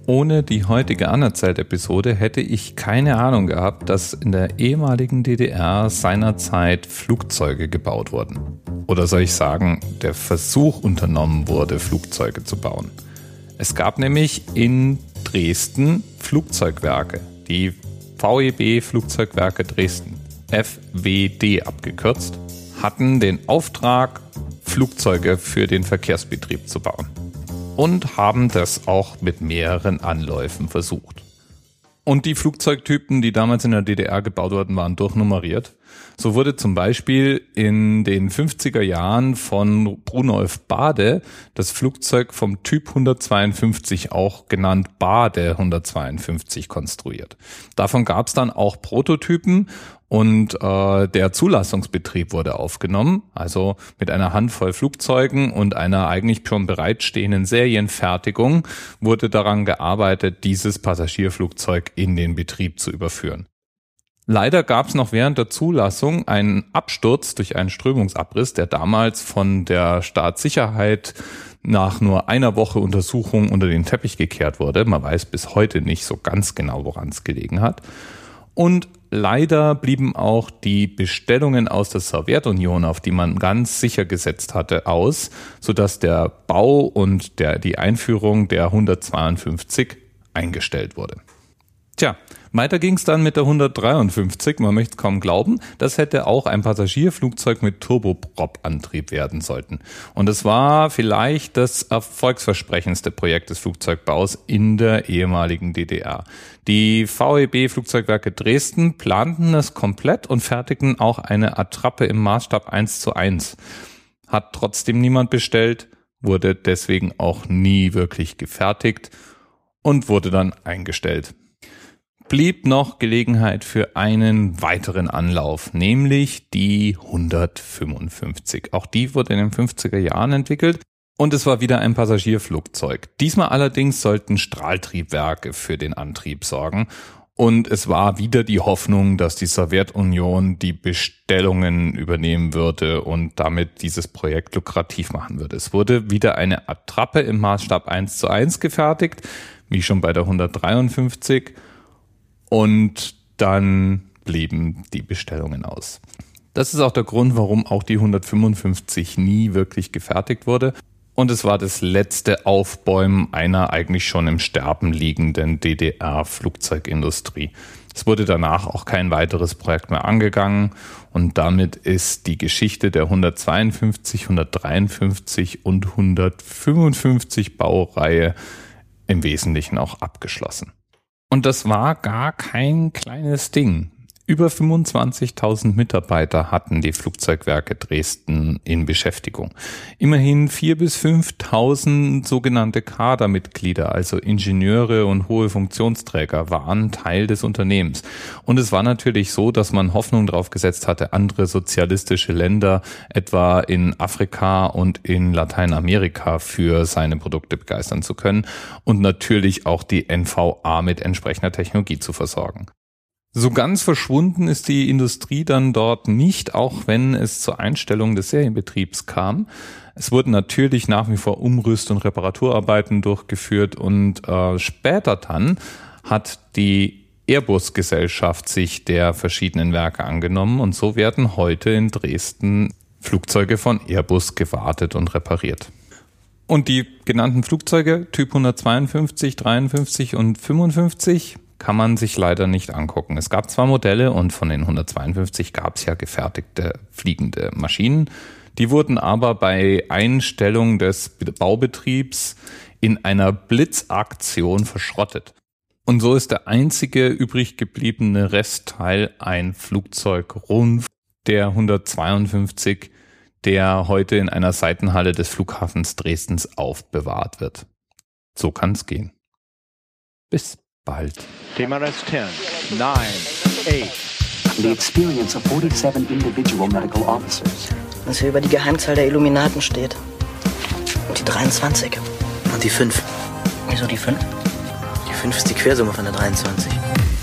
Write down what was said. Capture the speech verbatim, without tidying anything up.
Ohne die heutige Anerzählt-Episode hätte ich keine Ahnung gehabt, dass in der ehemaligen D D R seinerzeit Flugzeuge gebaut wurden. Oder soll ich sagen, der Versuch unternommen wurde, Flugzeuge zu bauen. Es gab nämlich in Dresden Flugzeugwerke, die V E B Flugzeugwerke Dresden, F W D abgekürzt, hatten den Auftrag, Flugzeuge für den Verkehrsbetrieb zu bauen. Und haben das auch mit mehreren Anläufen versucht. Und die Flugzeugtypen, die damals in der D D R gebaut wurden, waren durchnummeriert. So wurde zum Beispiel in den fünfziger Jahren von Brunolf Bade das Flugzeug vom Typ hundertzweiundfünfzig, auch genannt Bade hundertzweiundfünfzig, konstruiert. Davon gab es dann auch Prototypen und äh, der Zulassungsbetrieb wurde aufgenommen, also mit einer Handvoll Flugzeugen und einer eigentlich schon bereitstehenden Serienfertigung wurde daran gearbeitet, dieses Passagierflugzeug in den Betrieb zu überführen. Leider gab es noch während der Zulassung einen Absturz durch einen Strömungsabriss, der damals von der Staatssicherheit nach nur einer Woche Untersuchung unter den Teppich gekehrt wurde. Man weiß bis heute nicht so ganz genau, woran es gelegen hat. Und leider blieben auch die Bestellungen aus der Sowjetunion, auf die man ganz sicher gesetzt hatte, aus, sodass der Bau und der, die Einführung der hundertzweiundfünfzig eingestellt wurde. Tja, weiter ging es dann mit der hundertdreiundfünfzig, man möchte es kaum glauben, das hätte auch ein Passagierflugzeug mit Turboprop-Antrieb werden sollten. Und es war vielleicht das erfolgsversprechendste Projekt des Flugzeugbaus in der ehemaligen D D R. Die V E B Flugzeugwerke Dresden planten es komplett und fertigten auch eine Attrappe im Maßstab eins zu eins. Hat trotzdem niemand bestellt, wurde deswegen auch nie wirklich gefertigt und wurde dann eingestellt. Blieb noch Gelegenheit für einen weiteren Anlauf, nämlich die hundertfünfundfünfzig. Auch die wurde in den fünfziger Jahren entwickelt und es war wieder ein Passagierflugzeug. Diesmal allerdings sollten Strahltriebwerke für den Antrieb sorgen und es war wieder die Hoffnung, dass die Sowjetunion die Bestellungen übernehmen würde und damit dieses Projekt lukrativ machen würde. Es wurde wieder eine Attrappe im Maßstab eins zu eins gefertigt, wie schon bei der hundertdreiundfünfzig. Und dann blieben die Bestellungen aus. Das ist auch der Grund, warum auch die hundertfünfundfünfzig nie wirklich gefertigt wurde. Und es war das letzte Aufbäumen einer eigentlich schon im Sterben liegenden D D R-Flugzeugindustrie. Es wurde danach auch kein weiteres Projekt mehr angegangen. Und damit ist die Geschichte der hundertzweiundfünfzig, hundertdreiundfünfzig und hundertfünfundfünfzig Baureihe im Wesentlichen auch abgeschlossen. Und das war gar kein kleines Ding. Über fünfundzwanzigtausend Mitarbeiter hatten die Flugzeugwerke Dresden in Beschäftigung. Immerhin viertausend bis fünftausend sogenannte Kadermitglieder, also Ingenieure und hohe Funktionsträger, waren Teil des Unternehmens. Und es war natürlich so, dass man Hoffnung darauf gesetzt hatte, andere sozialistische Länder, etwa in Afrika und in Lateinamerika, für seine Produkte begeistern zu können und natürlich auch die N V A mit entsprechender Technologie zu versorgen. So ganz verschwunden ist die Industrie dann dort nicht, auch wenn es zur Einstellung des Serienbetriebs kam. Es wurden natürlich nach wie vor Umrüst- und Reparaturarbeiten durchgeführt und äh, später dann hat die Airbus-Gesellschaft sich der verschiedenen Werke angenommen und so werden heute in Dresden Flugzeuge von Airbus gewartet und repariert. Und die genannten Flugzeuge, Typ hundertzweiundfünfzig, dreiundfünfzig und fünfundfünfzig, kann man sich leider nicht angucken. Es gab zwar Modelle und von den hundertzweiundfünfzig gab es ja gefertigte fliegende Maschinen. Die wurden aber bei Einstellung des Baubetriebs in einer Blitzaktion verschrottet. Und so ist der einzige übrig gebliebene Restteil ein Flugzeugrumpf, der hundertzweiundfünfzig, der heute in einer Seitenhalle des Flughafens Dresdens aufbewahrt wird. So kann es gehen. Bis bald. T-minus ten, nine, eight. The experience of forty-seven individual medical officers. Was hier über die Geheimzahl der Illuminaten steht. Und die dreiundzwanzig. Und die fünf. Wieso die fünf? Die fünf ist die Quersumme von der dreiundzwanzig.